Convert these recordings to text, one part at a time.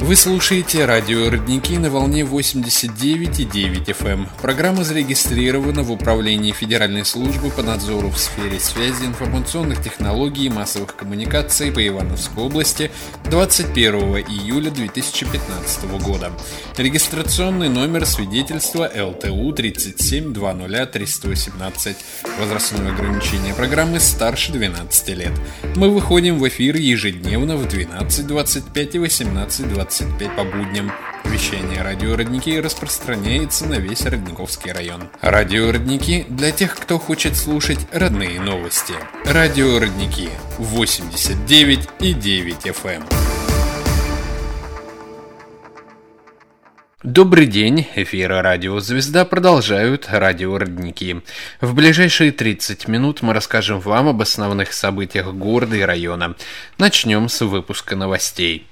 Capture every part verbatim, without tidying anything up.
Вы слушаете радио «Родники» на волне восемьдесят девять и девять эф эм. Программа зарегистрирована в Управлении Федеральной службы по надзору в сфере связи, информационных технологий и массовых коммуникаций по Ивановской области двадцать первого июля две тысячи пятнадцатого года. Регистрационный номер свидетельства эл тэ у тридцать семь двадцать триста восемнадцать. Возрастное ограничение программы старше двенадцати лет. Мы выходим в эфир ежедневно в двенадцать двадцать пять и восемнадцать двадцать пять по будням. Вещание радио «Родники» распространяется на весь Родниковский район. Радио «Родники» для тех, кто хочет слушать родные новости. Радио «Родники» восемьдесят девять и девять эф эм. Добрый день, эфиры радио «Звезда» продолжают радио «Родники». В ближайшие тридцать минут мы расскажем вам об основных событиях города и района. Начнем с выпуска новостей.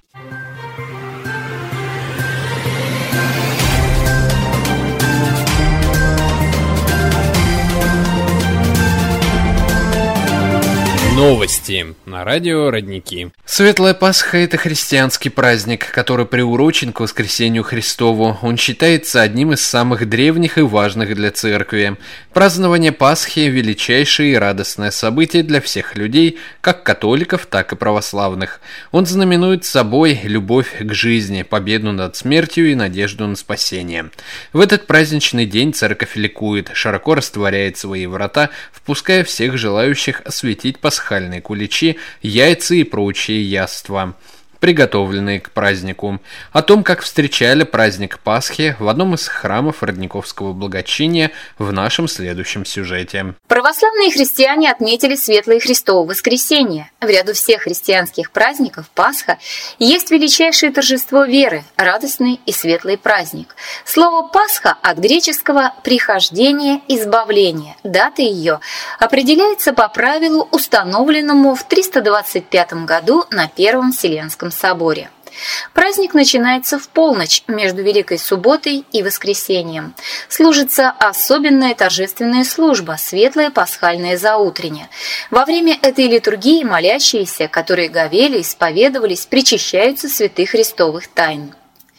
Новости на радио «Родники». Светлая Пасха – это христианский праздник, который приурочен к воскресению Христову. Он считается одним из самых древних и важных для церкви. Празднование Пасхи – величайшее и радостное событие для всех людей, как католиков, так и православных. Он знаменует собой любовь к жизни, победу над смертью и надежду на спасение. В этот праздничный день церковь ликует, широко растворяет свои врата, впуская всех желающих осветить пасхальные куличи, яйца и прочие яства, приготовленные к празднику. О том, как встречали праздник Пасхи в одном из храмов Родниковского благочиния, в нашем следующем сюжете. Православные христиане отметили Светлое Христово воскресенье. В ряду всех христианских праздников Пасха есть величайшее торжество веры, радостный и светлый праздник. Слово «Пасха» от греческого «прихождение», «избавление». Дата ее определяется по правилу, установленному в триста двадцать пятом году на Первом Вселенском соборе. Праздник начинается в полночь между Великой Субботой и Воскресением. Служится особенная торжественная служба, светлое пасхальное заутренне. Во время этой литургии молящиеся, которые говели, исповедовались, причащаются святых христовых тайн.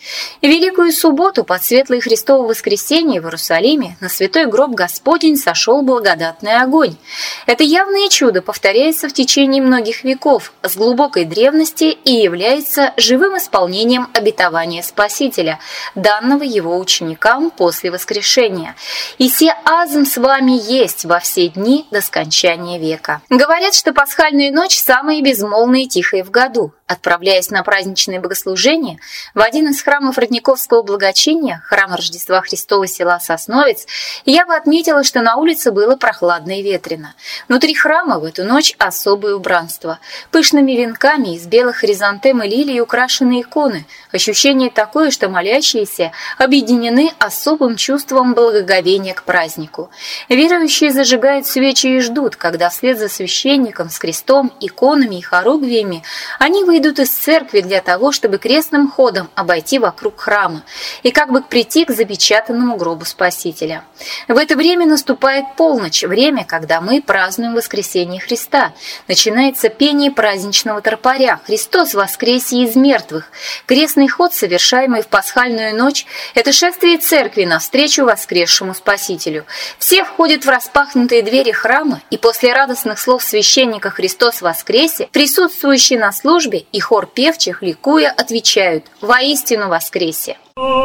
В Великую Субботу под Светлое Христово воскресенье в Иерусалиме на святой гроб Господень сошел благодатный огонь. Это явное чудо повторяется в течение многих веков, с глубокой древности и является живым исполнением обетования Спасителя, данного его ученикам после воскрешения. «И се азм с вами есть во все дни до скончания века». Говорят, что пасхальная ночь самая безмолвная и тихая в году. Отправляясь на праздничные богослужения в один из храмов Родниковского благочиния, храм Рождества Христова села Сосновец, я бы отметила, что на улице было прохладно и ветрено. Внутри храма в эту ночь особое убранство. Пышными венками из белых хризантем и лилий украшены иконы. Ощущение такое, что молящиеся объединены особым чувством благоговения к празднику. Верующие зажигают свечи и ждут, когда вслед за священником с крестом, иконами и хоругвиями они выйдут идут из церкви для того, чтобы крестным ходом обойти вокруг храма и как бы прийти к запечатанному гробу Спасителя. В это время наступает полночь, время, когда мы празднуем воскресение Христа. Начинается пение праздничного тропаря «Христос воскресе из мертвых». Крестный ход, совершаемый в пасхальную ночь, это шествие церкви навстречу воскресшему Спасителю. Все входят в распахнутые двери храма, и после радостных слов священника «Христос воскресе» присутствующие на службе и хор певчих, ликуя, отвечают «Воистину воскресе».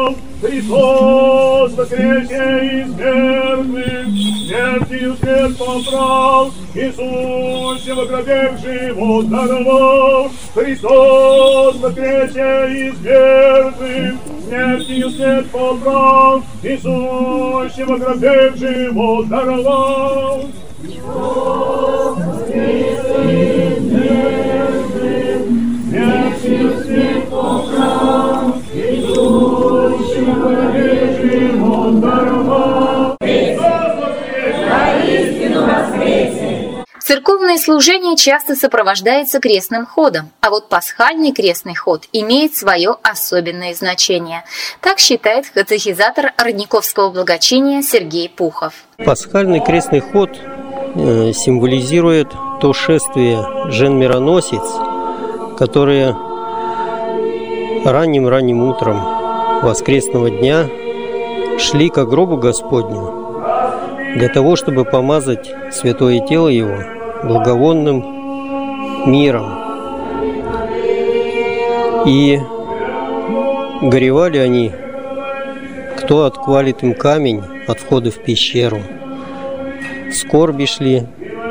Христос воскресе из мертвых, смертью смерть побрал, Иисусе во гробе живот даровал. Христос воскресе из мертвых, смертью смерть побрал, Иисусе во гробе живот даровал. Христос воскресе из мертвых, смертью смерть побрал, Иисусе во гробе живот даровал. Христос воскресе! Воистину воскресе! Церковное служение часто сопровождается крестным ходом, а вот пасхальный крестный ход имеет свое особенное значение. Так считает катехизатор Родниковского благочиния Сергей Пухов. Пасхальный крестный ход символизирует то шествие жен-мироносец, которые ранним-ранним утром воскресного дня шли ко гробу Господню для того, чтобы помазать святое тело Его благовонным миром. И горевали они, кто отквалит им камень от входа в пещеру. В скорби шли,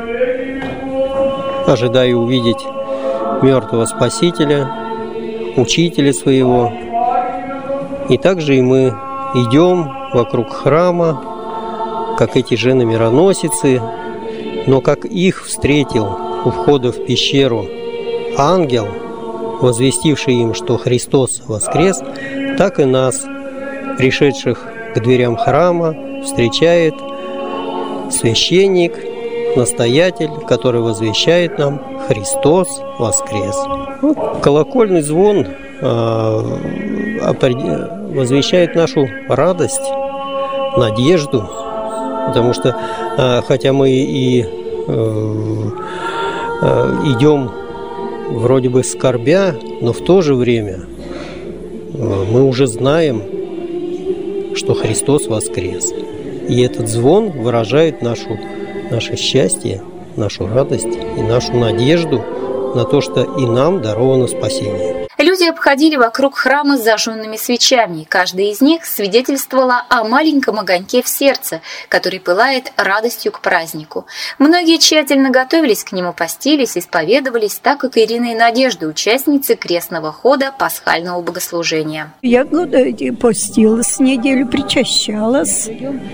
ожидая увидеть мертвого Спасителя, Учителя своего. И также и мы идем вокруг храма, как эти жены-мироносицы, но как их встретил у входа в пещеру ангел, возвестивший им, что Христос воскрес, так и нас, пришедших к дверям храма, встречает священник, настоятель, который возвещает нам: Христос воскрес. Ну, колокольный звон э, возвещает нашу радость, надежду, потому что э, хотя мы и э, э, идем вроде бы скорбя, но в то же время э, мы уже знаем, что Христос воскрес. И этот звон выражает нашу, наше счастье, нашу радость и нашу надежду на то, что и нам даровано спасение. Люди обходили вокруг храма с зажженными свечами. Каждая из них свидетельствовала о маленьком огоньке в сердце, который пылает радостью к празднику. Многие тщательно готовились к нему, постились, исповедовались, так как Ирина и Надежда, участницы крестного хода пасхального богослужения. Я года постилась, неделю причащалась,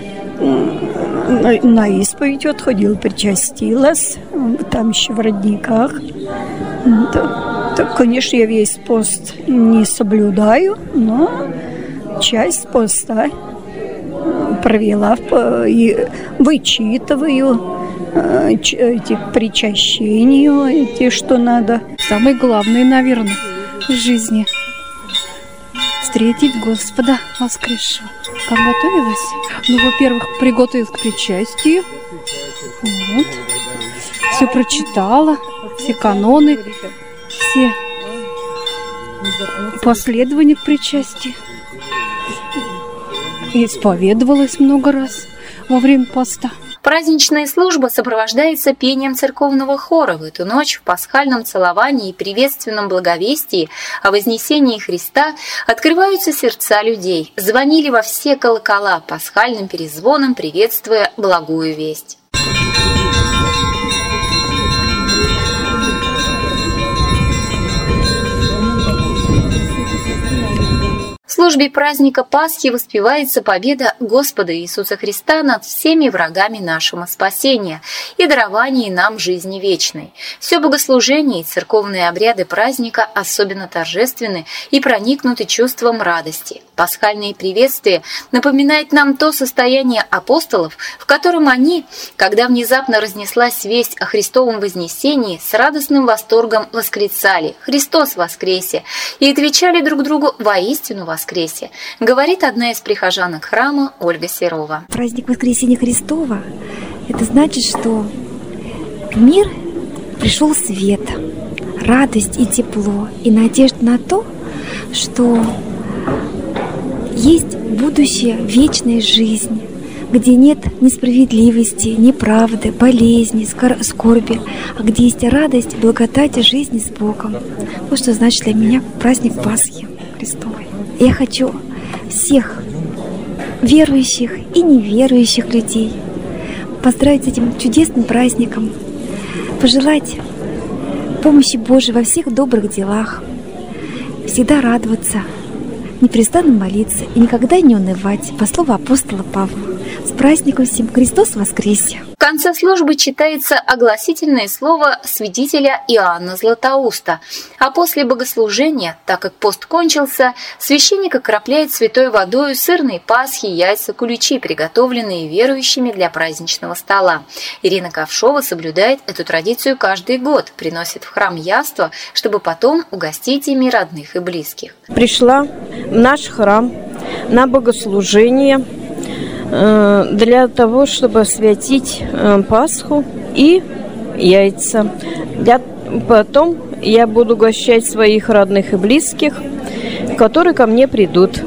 на исповедь отходила, причастилась, там еще в родниках. Так, конечно, я весь пост не соблюдаю, но часть поста провела и вычитываю эти причащения, эти, что надо. Самое главное, наверное, в жизни – встретить Господа воскресшего. Как готовилась? Ну, во-первых, приготовилась к причастию. Вот. Все прочитала, все каноны, все последования к причастию. И исповедовалась много раз во время поста. Праздничная служба сопровождается пением церковного хора. В эту ночь в пасхальном целовании и приветственном благовестии о вознесении Христа открываются сердца людей. Звонили во все колокола пасхальным перезвоном, приветствуя благую весть. В службе праздника Пасхи воспевается победа Господа Иисуса Христа над всеми врагами нашего спасения и дарование нам жизни вечной. Все богослужение и церковные обряды праздника особенно торжественны и проникнуты чувством радости. Пасхальные приветствия напоминают нам то состояние апостолов, в котором они, когда внезапно разнеслась весть о Христовом вознесении, с радостным восторгом восклицали: «Христос воскресе!» и отвечали друг другу: «Воистину воскресе!» Говорит одна из прихожанок храма Ольга Серова. Праздник Воскресения Христова – это значит, что в мир пришел свет, радость и тепло, и надежда на то, что есть будущее, вечная жизнь, где нет несправедливости, неправды, болезни, скорби, а где есть радость, благодать и жизнь с Богом. Вот что значит для меня праздник Пасхи Христовой. Я хочу всех верующих и неверующих людей поздравить с этим чудесным праздником, пожелать помощи Божией во всех добрых делах, всегда радоваться, непрестанно молиться и никогда не унывать, по слову апостола Павла. С праздником всем! Христос воскресе! В конце службы читается огласительное слово святителя Иоанна Златоуста, а после богослужения, так как пост кончился, священник окропляет святой водою сырные пасхи, яйца, куличи, приготовленные верующими для праздничного стола. Ирина Ковшова соблюдает эту традицию каждый год, приносит в храм яства, чтобы потом угостить ими родных и близких. Пришла в наш храм на богослужение для того, чтобы освятить Пасху и яйца. Для... Потом я буду угощать своих родных и близких которые ко мне придут.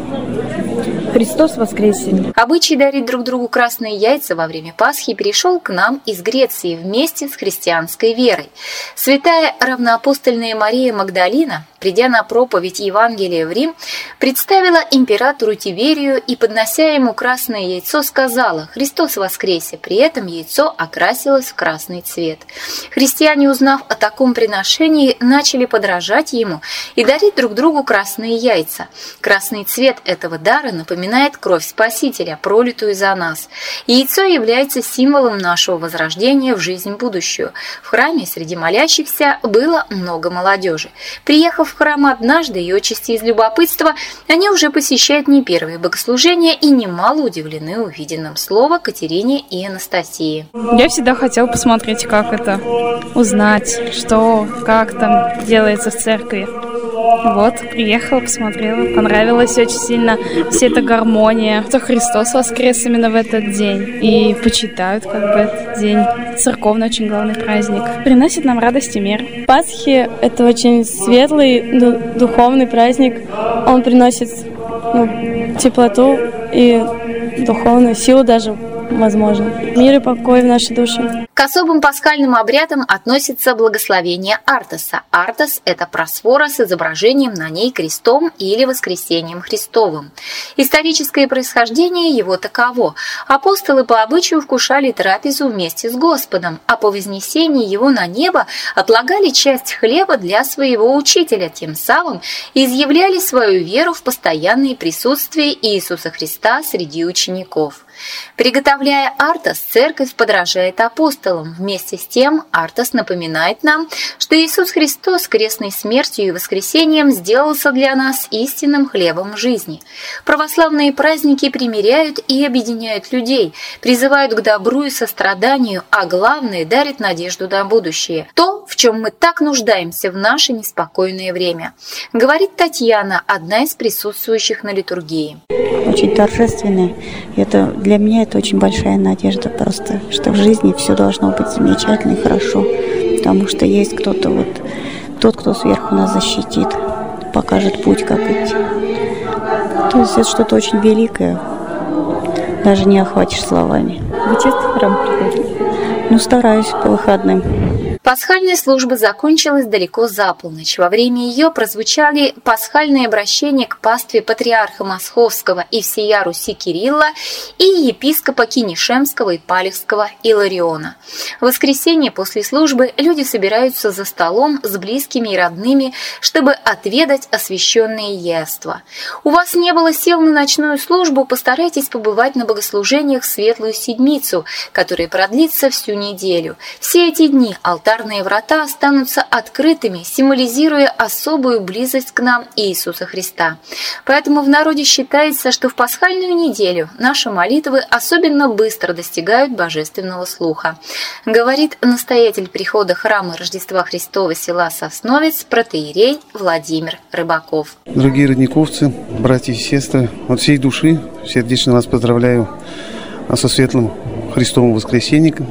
Христос воскресе! Обычай дарить друг другу красные яйца во время Пасхи перешел к нам из Греции вместе с христианской верой. Святая равноапостольная Мария Магдалина, придя на проповедь Евангелия в Рим, представила императору Тиверию и, поднося ему красное яйцо, сказала: «Христос воскресе!» При этом яйцо окрасилось в красный цвет. Христиане, узнав о таком приношении, начали подражать ему и дарить друг другу красные яйца. Красный цвет этого дара напоминает кровь Спасителя, пролитую за нас. Яйцо является символом нашего возрождения в жизнь будущую. В храме среди молящихся было много молодежи. Приехав в храм однажды и отчасти из любопытства, они уже посещают не первые богослужения и немало удивлены увиденным. Слово Катерине и Анастасии. Я всегда хотела посмотреть, как это, узнать, что, как там делается в церкви. Вот, приехала, посмотрела, понравилось очень сильно. Вся эта гармония, что Христос воскрес именно в этот день. И почитают как бы этот день. Церковный очень главный праздник. Приносит нам радость и мир. Пасхи – это очень светлый, духовный праздник. Он приносит ну, теплоту и духовную силу даже, возможно. Мир и покой в нашей душе. К особым пасхальным обрядам относится благословение Артаса. Артас – это просфора с изображением на ней крестом или воскресением Христовым. Историческое происхождение его таково. Апостолы по обычаю вкушали трапезу вместе с Господом, а по вознесении его на небо отлагали часть хлеба для своего учителя, тем самым изъявляли свою веру в постоянное присутствие Иисуса Христа среди учеников. Приготовляя Артас, церковь подражает апостолам. Вместе с тем Артас напоминает нам, что Иисус Христос крестной смертью и воскресением сделался для нас истинным хлебом жизни. Православные праздники примиряют и объединяют людей, призывают к добру и состраданию, а главное, дарят надежду на будущее. То, в чем мы так нуждаемся в наше неспокойное время, говорит Татьяна, одна из присутствующих на литургии. Очень торжественное. Это для меня это очень большая надежда просто, что в жизни все должно быть замечательно и хорошо, потому что есть кто-то вот, тот, кто сверху нас защитит, покажет путь, как идти. То есть это что-то очень великое, даже не охватишь словами. Вы часто в храм приходите? Ну, стараюсь по выходным. Пасхальная служба закончилась далеко за полночь. Во время ее прозвучали пасхальные обращения к пастве патриарха Московского и всея Руси Кирилла и епископа Кинешемского и Палехского Илариона. В воскресенье после службы люди собираются за столом с близкими и родными, чтобы отведать освященные яства. У вас не было сил на ночную службу, постарайтесь побывать на богослужениях в Светлую Седмицу, которая продлится всю неделю. Все эти дни алтарь Алтарные врата останутся открытыми, символизируя особую близость к нам Иисуса Христа. Поэтому в народе считается, что в пасхальную неделю наши молитвы особенно быстро достигают божественного слуха. Говорит настоятель прихода храма Рождества Христова села Сосновец протоиерей Владимир Рыбаков. Дорогие родниковцы, братья и сестры, от всей души сердечно вас поздравляю со светлым Христовым воскресением,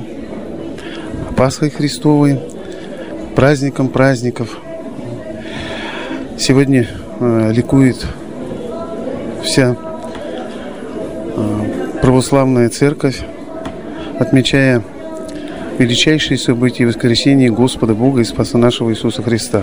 Пасхой Христовой, праздником праздников. Сегодня э, ликует вся э, православная церковь, отмечая величайшие события воскресения Господа Бога и Спаса нашего Иисуса Христа.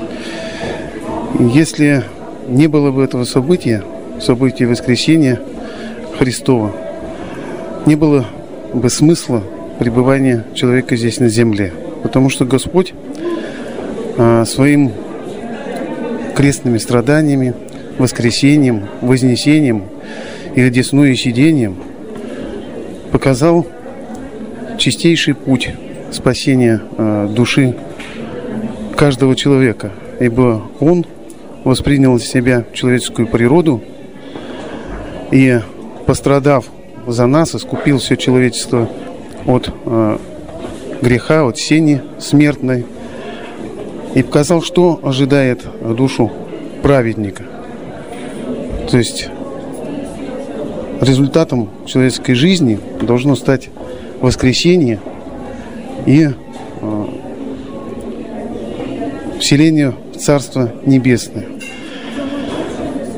Если не было бы этого события, события воскресения Христова, не было бы смысла пребывания человека здесь на земле. Потому что Господь а, своим крестными страданиями, воскресением, вознесением и одесную сидением показал чистейший путь спасения а, души каждого человека. Ибо Он воспринял в себя человеческую природу и, пострадав за нас, искупил все человечество от э, греха, от сени смертной, и показал, что ожидает душу праведника. То есть результатом человеческой жизни должно стать воскресение и э, вселение в Царство Небесное.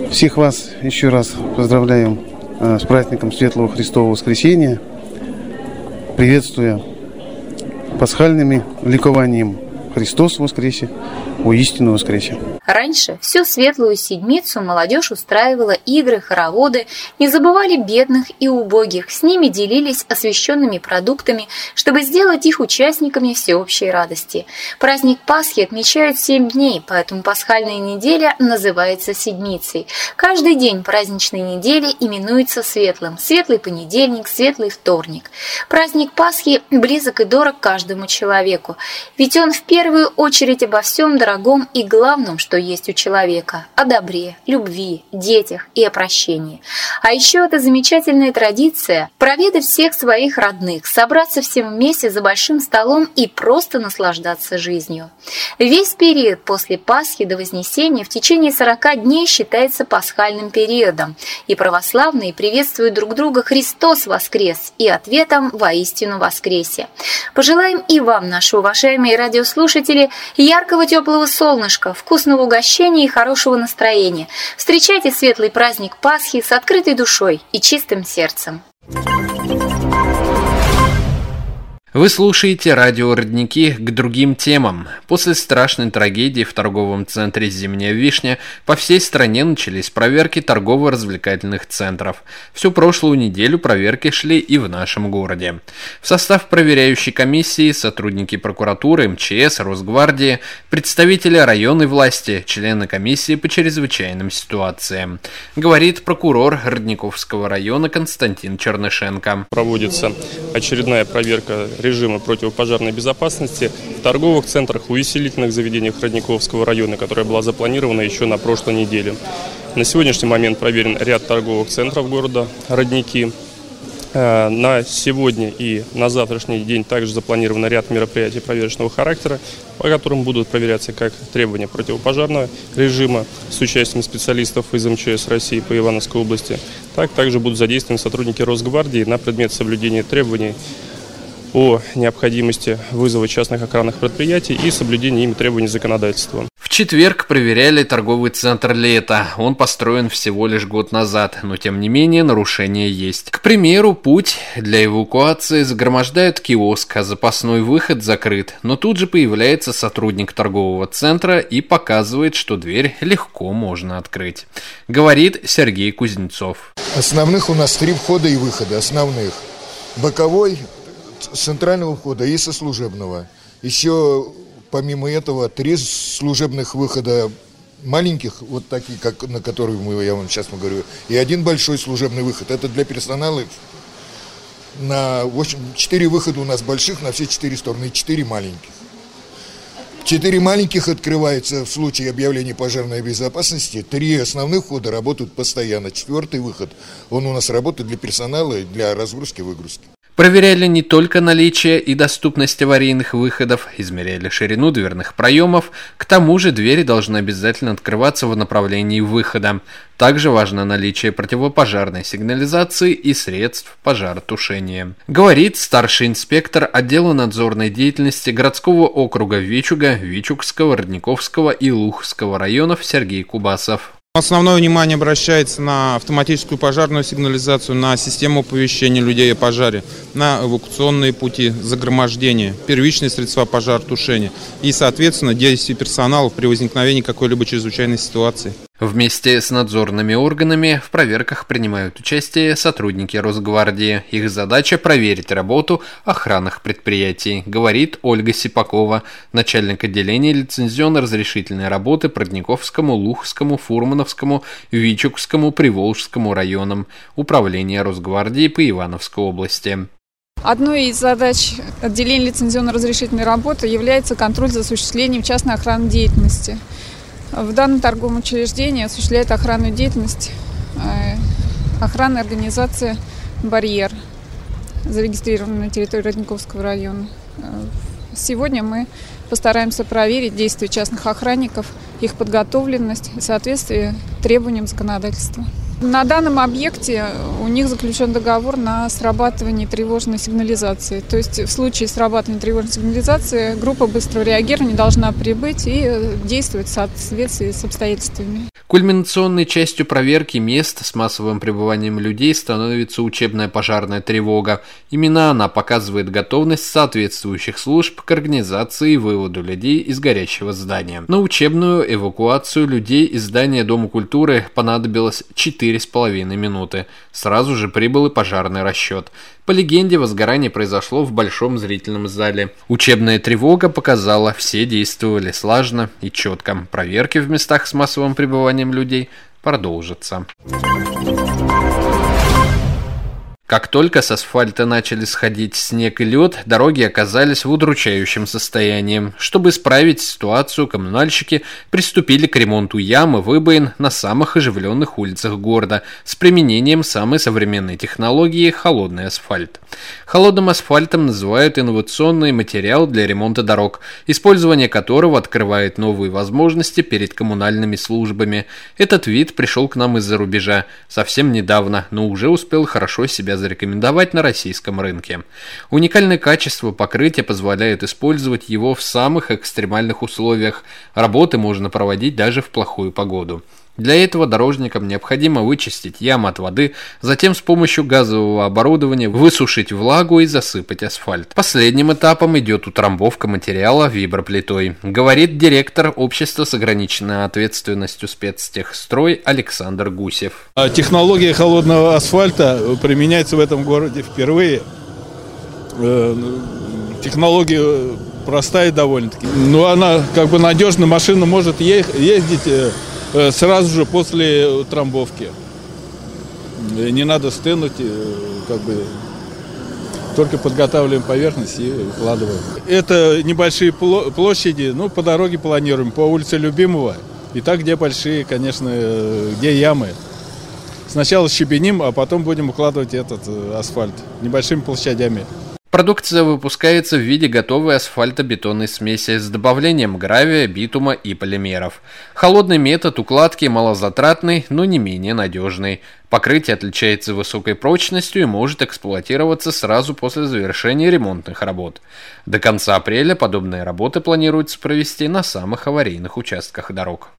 Всех вас еще раз поздравляю с праздником Светлого Христового Воскресения, приветствуя пасхальными ликованием «Христос воскресе, воистину воскресе». Раньше всю Светлую Седмицу молодежь устраивала игры, хороводы, не забывали бедных и убогих, с ними делились освященными продуктами, чтобы сделать их участниками всеобщей радости. Праздник Пасхи отмечают семь дней, поэтому пасхальная неделя называется Седмицей. Каждый день праздничной недели именуется светлым. Светлый понедельник, светлый вторник. Праздник Пасхи близок и дорог каждому человеку, ведь он в первую очередь обо всем дорогом и главном, что есть у человека, о добре, любви, детях и о прощении. А еще это замечательная традиция проведать всех своих родных, собраться всем вместе за большим столом и просто наслаждаться жизнью. Весь период после Пасхи до Вознесения в течение сорока дней считается пасхальным периодом, и православные приветствуют друг друга «Христос воскрес» и ответом «Воистину воскресе». Пожелаем и вам, наши уважаемые радиослушатели, яркого теплого солнышка, вкусного угощения и хорошего настроения. Встречайте светлый праздник Пасхи с открытой душой и чистым сердцем. Вы слушаете радио «Родники» к другим темам. После страшной трагедии в торговом центре «Зимняя вишня» по всей стране начались проверки торгово-развлекательных центров. Всю прошлую неделю проверки шли и в нашем городе. В состав проверяющей комиссии сотрудники прокуратуры, эм че эс, Росгвардии, представители районной власти, члены комиссии по чрезвычайным ситуациям. Говорит прокурор Родниковского района Константин Чернышенко. Проводится очередная проверка режима противопожарной безопасности в торговых центрах, увеселительных заведениях Родниковского района, которая была запланирована еще на прошлой неделе. На сегодняшний момент проверен ряд торговых центров города Родники. На сегодня и на завтрашний день также запланирован ряд мероприятий проверочного характера, по которым будут проверяться как требования противопожарного режима с участием специалистов из эм че эс России по Ивановской области, так также будут задействованы сотрудники Росгвардии на предмет соблюдения требований о необходимости вызова частных охранных предприятий и соблюдения ими требований законодательства. В четверг проверяли торговый центр «Лето». Он построен всего лишь год назад, но тем не менее нарушения есть. К примеру, путь для эвакуации загромождает киоск, а запасной выход закрыт. Но тут же появляется сотрудник торгового центра и показывает, что дверь легко можно открыть. Говорит Сергей Кузнецов. Основных у нас три входа и выхода. Основных. Боковой, с центрального входа и со служебного. Еще помимо этого три служебных выхода маленьких, вот такие, как на которые мы, я вам сейчас говорю, и один большой служебный выход. Это для персонала. На восемь, четыре выхода у нас больших на все четыре стороны и четыре маленьких. Четыре маленьких открывается в случае объявления пожарной безопасности. Три основных входа работают постоянно. Четвертый выход, он у нас работает для персонала и для разгрузки и выгрузки. Проверяли не только наличие и доступность аварийных выходов, измеряли ширину дверных проемов, к тому же двери должны обязательно открываться в направлении выхода. Также важно наличие противопожарной сигнализации и средств пожаротушения. Говорит старший инспектор отдела надзорной деятельности городского округа Вичуга, Вичугского, Родниковского и Луховского районов Сергей Кубасов. Основное внимание обращается на автоматическую пожарную сигнализацию, на систему оповещения людей о пожаре, на эвакуационные пути загромождения, первичные средства пожаротушения и, соответственно, действия персонала при возникновении какой-либо чрезвычайной ситуации. Вместе с надзорными органами в проверках принимают участие сотрудники Росгвардии. Их задача – проверить работу охранных предприятий, говорит Ольга Сипакова, начальник отделения лицензионно-разрешительной работы по Родниковскому, Луховскому, Фурмановскому, Вичугскому, Приволжскому районам Управления Росгвардии по Ивановской области. Одной из задач отделения лицензионно-разрешительной работы является контроль за осуществлением частной охранной деятельности. В данном торговом учреждении осуществляет охранную деятельность охранная организация «Барьер», зарегистрированная на территории Родниковского района. Сегодня мы постараемся проверить действия частных охранников, их подготовленность и соответствие требованиям законодательства. На данном объекте у них заключен договор на срабатывание тревожной сигнализации. То есть в случае срабатывания тревожной сигнализации группа быстрого реагирования должна прибыть и действовать в соответствии с обстоятельствами. Кульминационной частью проверки мест с массовым пребыванием людей становится учебная пожарная тревога. Именно она показывает готовность соответствующих служб к организации и выводу людей из горящего здания. На учебную эвакуацию людей из здания Дома культуры понадобилось четыре с половиной минуты. Сразу же прибыл и пожарный расчет. По легенде, возгорание произошло в большом зрительном зале. Учебная тревога показала, все действовали слаженно и четко. Проверки в местах с массовым пребыванием людей продолжатся. Как только с асфальта начали сходить снег и лед, дороги оказались в удручающем состоянии. Чтобы исправить ситуацию, коммунальщики приступили к ремонту ям и выбоин на самых оживленных улицах города с применением самой современной технологии – холодный асфальт. Холодным асфальтом называют инновационный материал для ремонта дорог, использование которого открывает новые возможности перед коммунальными службами. Этот вид пришел к нам из-за рубежа совсем недавно, но уже успел хорошо себя зарекомендовать на российском рынке. Уникальное качество покрытия позволяет использовать его в самых экстремальных условиях. Работы можно проводить даже в плохую погоду. Для этого дорожникам необходимо вычистить ямы от воды, затем с помощью газового оборудования высушить влагу и засыпать асфальт. Последним этапом идет утрамбовка материала виброплитой, говорит директор общества с ограниченной ответственностью спецтехстрой Александр Гусев. Технология холодного асфальта применяется в этом городе впервые. Технология простая довольно-таки, но она как бы надежна, машина может ездить сразу же после утрамбовки. Не надо стынуть, как бы только подготавливаем поверхность и укладываем. Это небольшие площади, ну, по дороге планируем, по улице Любимого. И так, где большие, конечно, где ямы. Сначала щебеним, а потом будем укладывать этот асфальт небольшими площадями. Продукция выпускается в виде готовой асфальтобетонной смеси с добавлением гравия, битума и полимеров. Холодный метод укладки малозатратный, но не менее надежный. Покрытие отличается высокой прочностью и может эксплуатироваться сразу после завершения ремонтных работ. До конца апреля подобные работы планируется провести на самых аварийных участках дорог.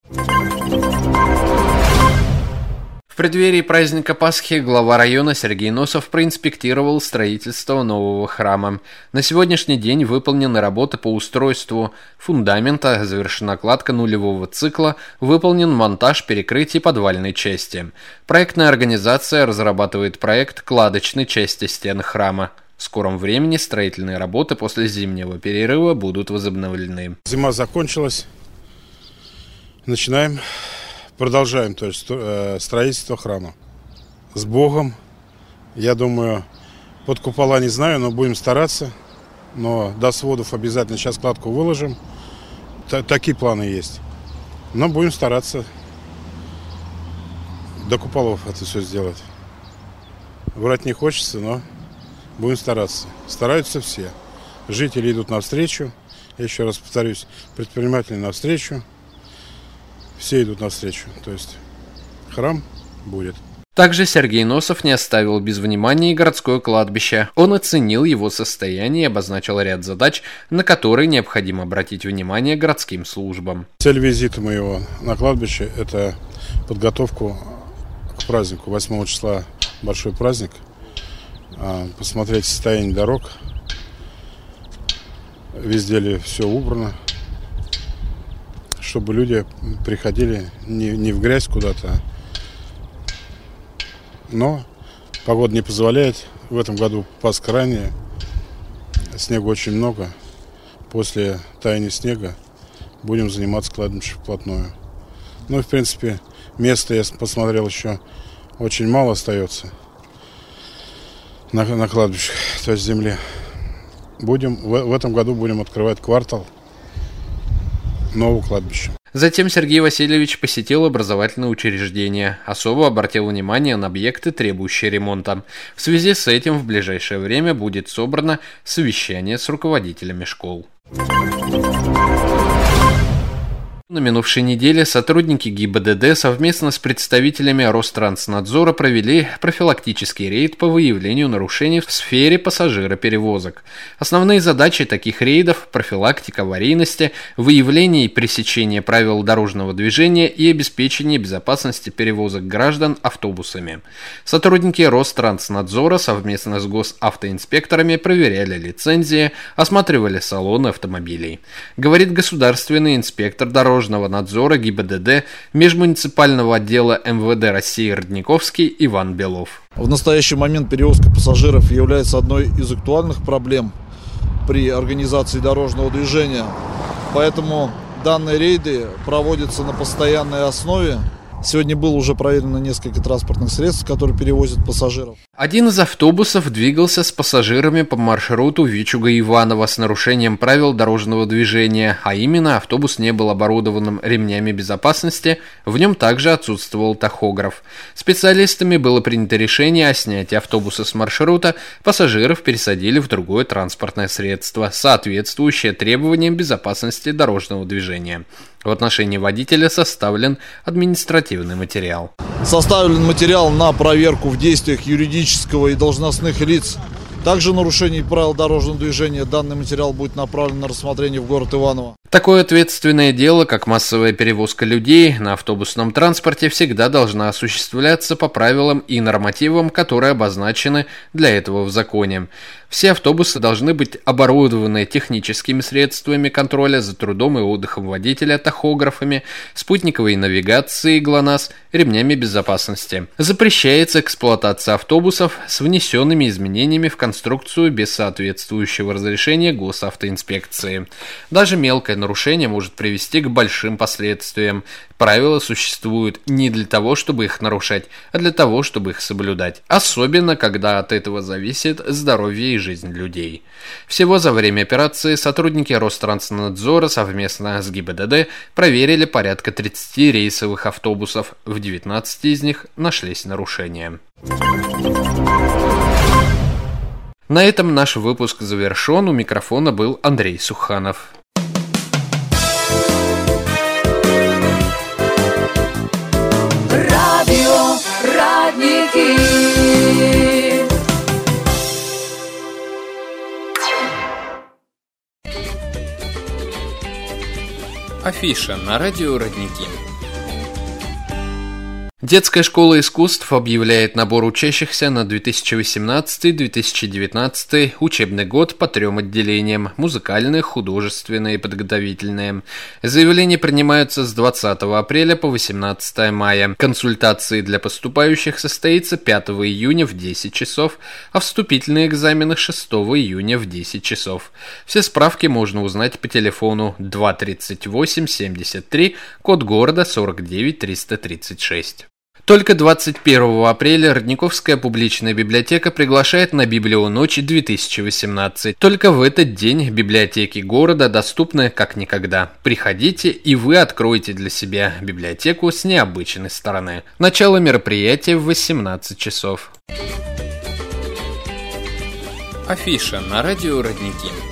В преддверии праздника Пасхи глава района Сергей Носов проинспектировал строительство нового храма. На сегодняшний день выполнены работы по устройству фундамента, завершена кладка нулевого цикла, выполнен монтаж перекрытий подвальной части. Проектная организация разрабатывает проект кладочной части стен храма. В скором времени строительные работы после зимнего перерыва будут возобновлены. Зима закончилась. Начинаем. Продолжаем, то есть, строительство храма. С Богом. Я думаю, под купола не знаю, но будем стараться. Но до сводов обязательно сейчас кладку выложим. Т- такие планы есть. Но будем стараться до куполов это все сделать. Врать не хочется, но будем стараться. Стараются все. Жители идут навстречу. Я еще раз повторюсь, предприниматели навстречу. Все идут навстречу, то есть храм будет. Также Сергей Носов не оставил без внимания и городское кладбище. Он оценил его состояние и обозначил ряд задач, на которые необходимо обратить внимание городским службам. Цель визита моего на кладбище – это подготовку к празднику. восьмого числа большой праздник. Посмотреть состояние дорог. Везде ли все убрано. Чтобы люди приходили не, не в грязь куда-то. Но погода не позволяет. В этом году Пасха ранее. Снега очень много. После таяния снега будем заниматься кладбищем вплотную. Ну и в принципе места, я посмотрел, еще очень мало остается на, на кладбище, то есть земле. Будем, в, в этом году будем открывать квартал нового кладбища. Затем Сергей Васильевич посетил образовательные учреждения, особо обратил внимание на объекты, требующие ремонта. В связи с этим в ближайшее время будет собрано совещание с руководителями школ. На минувшей неделе сотрудники ГИБДД совместно с представителями Ространснадзора провели профилактический рейд по выявлению нарушений в сфере пассажироперевозок. Основные задачи таких рейдов – профилактика аварийности, выявление и пресечение правил дорожного движения и обеспечение безопасности перевозок граждан автобусами. Сотрудники Ространснадзора совместно с госавтоинспекторами проверяли лицензии, осматривали салоны автомобилей. Говорит государственный инспектор дорожного надзора ГИБДД межмуниципального отдела эм вэ дэ России Родниковский Иван Белов. В настоящий момент перевозка пассажиров является одной из актуальных проблем при организации дорожного движения, поэтому данные рейды проводятся на постоянной основе. Сегодня было уже проверено несколько транспортных средств, которые перевозят пассажиров. Один из автобусов двигался с пассажирами по маршруту Вичуга-Иваново с нарушением правил дорожного движения, а именно автобус не был оборудованным ремнями безопасности, в нем также отсутствовал тахограф. Специалистами было принято решение о снятии автобуса с маршрута, пассажиров пересадили в другое транспортное средство, соответствующее требованиям безопасности дорожного движения. В отношении водителя составлен административный материал. Составлен материал на проверку в действиях юридического и должностных лиц. Также нарушений правил дорожного движения. Данный материал будет направлен на рассмотрение в город Иваново. Такое ответственное дело, как массовая перевозка людей на автобусном транспорте, всегда должна осуществляться по правилам и нормативам, которые обозначены для этого в законе. Все автобусы должны быть оборудованы техническими средствами контроля за трудом и отдыхом водителя, тахографами, спутниковой навигацией ГЛОНАСС, ремнями безопасности. Запрещается эксплуатация автобусов с внесенными изменениями в конструкцию без соответствующего разрешения госавтоинспекции. Даже мелкое нарушение может привести к большим последствиям. Правила существуют не для того, чтобы их нарушать, а для того, чтобы их соблюдать. Особенно, когда от этого зависит здоровье и жизнь людей. Всего за время операции сотрудники Ространснадзора совместно с ГИБДД проверили порядка тридцати рейсовых автобусов. В девятнадцати из них нашлись нарушения. На этом наш выпуск завершен. У микрофона был Андрей Суханов. Радио Родники. Афиша на радио Родники. Детская школа искусств объявляет набор учащихся на две тысячи восемнадцатый - две тысячи девятнадцатый учебный год по трем отделениям – музыкальное, художественное и подготовительное. Заявления принимаются с двадцатого апреля по восемнадцатое мая. Консультации для поступающих состоятся пятого июня в десять часов, а вступительные экзамены шестого июня в десять часов. Все справки можно узнать по телефону два тридцать восемь семьдесят три, код города сорок девять триста тридцать шесть. Только двадцать первого апреля Родниковская публичная библиотека приглашает на Библионочь две тысячи восемнадцать. Только в этот день библиотеки города доступны как никогда. Приходите, и вы откроете для себя библиотеку с необычной стороны. Начало мероприятия в восемнадцать часов. Афиша на радио Родники.